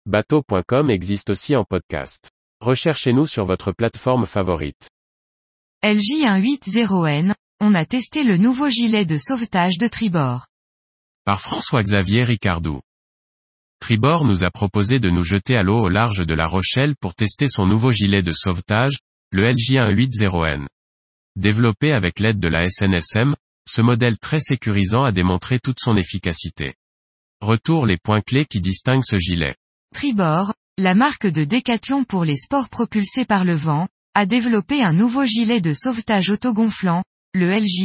Bateau.com existe aussi en podcast. Recherchez-nous sur votre plateforme favorite. LJ180N, on a testé le nouveau gilet de sauvetage de tribord. Par François-Xavier Ricardou. Tribord nous a proposé de nous jeter à l'eau au large de La Rochelle pour tester son nouveau gilet de sauvetage, le LJ180N. Développé avec l'aide de la SNSM, ce modèle très sécurisant a démontré toute son efficacité. Retour les points clés qui distinguent ce gilet. Tribord, la marque de Décathlon pour les sports propulsés par le vent, a développé un nouveau gilet de sauvetage autogonflant, le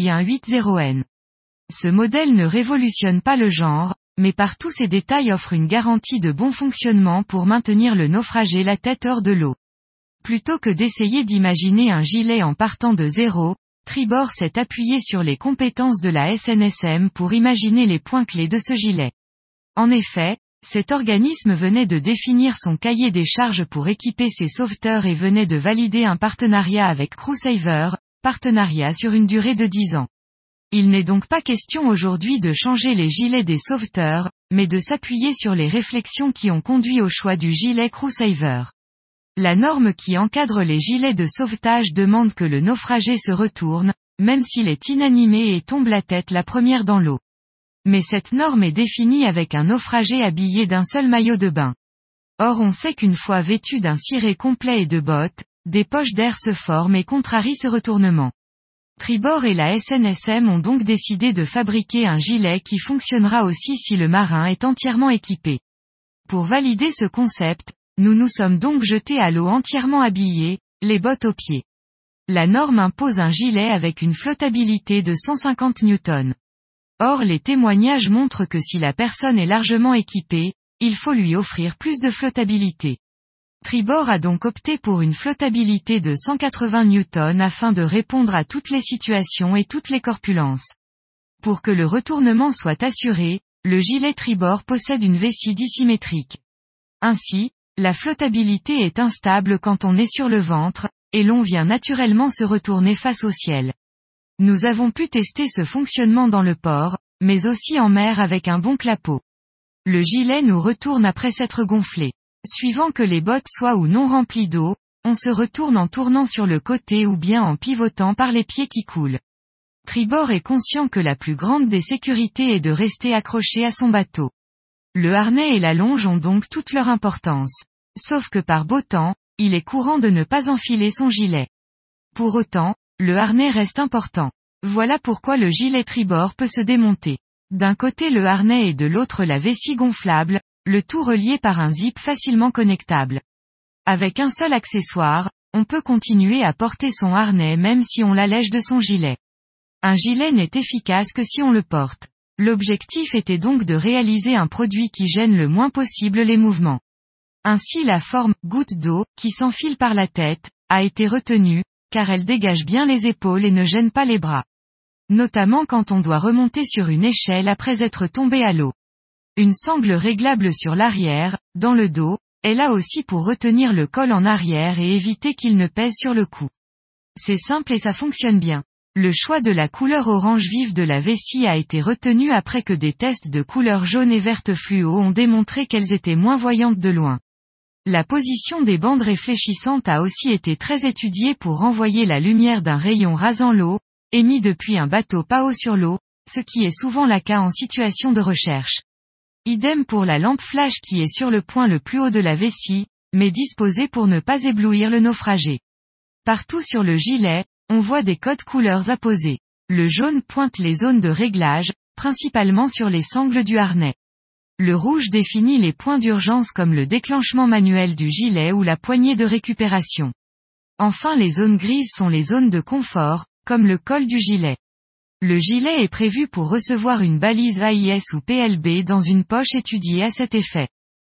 LJ180N. Ce modèle ne révolutionne pas le genre, mais par tous ses détails offre une garantie de bon fonctionnement pour maintenir le naufragé la tête hors de l'eau. Plutôt que d'essayer d'imaginer un gilet en partant de zéro, Tribord s'est appuyé sur les compétences de la SNSM pour imaginer les points clés de ce gilet. En effet, cet organisme venait de définir son cahier des charges pour équiper ses sauveteurs et venait de valider un partenariat avec Crewsaver, partenariat sur une durée de 10 ans. Il n'est donc pas question aujourd'hui de changer les gilets des sauveteurs, mais de s'appuyer sur les réflexions qui ont conduit au choix du gilet Crewsaver. La norme qui encadre les gilets de sauvetage demande que le naufragé se retourne, même s'il est inanimé et tombe la tête la première dans l'eau. Mais cette norme est définie avec un naufragé habillé d'un seul maillot de bain. Or on sait qu'une fois vêtu d'un ciré complet et de bottes, des poches d'air se forment et contrarient ce retournement. Tribord et la SNSM ont donc décidé de fabriquer un gilet qui fonctionnera aussi si le marin est entièrement équipé. Pour valider ce concept, nous nous sommes donc jetés à l'eau entièrement habillés, les bottes aux pieds. La norme impose un gilet avec une flottabilité de 150 N. Or les témoignages montrent que si la personne est largement équipée, il faut lui offrir plus de flottabilité. Tribord a donc opté pour une flottabilité de 180 N afin de répondre à toutes les situations et toutes les corpulences. Pour que le retournement soit assuré, le gilet Tribord possède une vessie dissymétrique. Ainsi, la flottabilité est instable quand on est sur le ventre, et l'on vient naturellement se retourner face au ciel. Nous avons pu tester ce fonctionnement dans le port, mais aussi en mer avec un bon clapot. Le gilet nous retourne après s'être gonflé. Suivant que les bottes soient ou non remplies d'eau, on se retourne en tournant sur le côté ou bien en pivotant par les pieds qui coulent. Tribord est conscient que la plus grande des sécurités est de rester accroché à son bateau. Le harnais et la longe ont donc toute leur importance. Sauf que par beau temps, il est courant de ne pas enfiler son gilet. Pour autant, le harnais reste important. Voilà pourquoi le gilet Tribord peut se démonter. D'un côté le harnais et de l'autre la vessie gonflable, le tout relié par un zip facilement connectable. Avec un seul accessoire, on peut continuer à porter son harnais même si on l'allège de son gilet. Un gilet n'est efficace que si on le porte. L'objectif était donc de réaliser un produit qui gêne le moins possible les mouvements. Ainsi la forme « goutte d'eau » qui s'enfile par la tête, a été retenue, car elle dégage bien les épaules et ne gêne pas les bras. Notamment quand on doit remonter sur une échelle après être tombé à l'eau. Une sangle réglable sur l'arrière, dans le dos, est là aussi pour retenir le col en arrière et éviter qu'il ne pèse sur le cou. C'est simple et ça fonctionne bien. Le choix de la couleur orange vive de la vessie a été retenu après que des tests de couleur jaune et verte fluo ont démontré qu'elles étaient moins voyantes de loin. La position des bandes réfléchissantes a aussi été très étudiée pour renvoyer la lumière d'un rayon rasant l'eau, émis depuis un bateau pas haut sur l'eau, ce qui est souvent le cas en situation de recherche. Idem pour la lampe flash qui est sur le point le plus haut de la vessie, mais disposée pour ne pas éblouir le naufragé. Partout sur le gilet, on voit des codes couleurs apposés. Le jaune pointe les zones de réglage, principalement sur les sangles du harnais. Le rouge définit les points d'urgence comme le déclenchement manuel du gilet ou la poignée de récupération. Enfin les zones grises sont les zones de confort, comme le col du gilet. Le gilet est prévu pour recevoir une balise AIS ou PLB dans une poche étudiée à cet effet.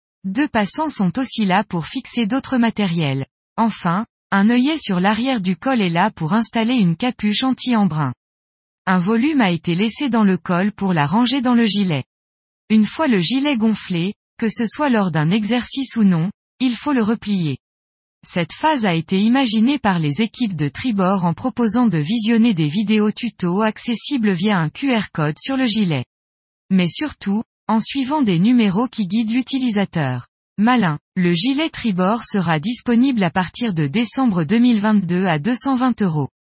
2 passants sont aussi là pour fixer d'autres matériels. Enfin, un œillet sur l'arrière du col est là pour installer une capuche anti-embrun. Un volume a été laissé dans le col pour la ranger dans le gilet. Une fois le gilet gonflé, que ce soit lors d'un exercice ou non, il faut le replier. Cette phase a été imaginée par les équipes de Tribord en proposant de visionner des vidéos tutos accessibles via un QR code sur le gilet. Mais surtout, en suivant des numéros qui guident l'utilisateur. Malin, le gilet tribord sera disponible à partir de décembre 2022 à 220 €.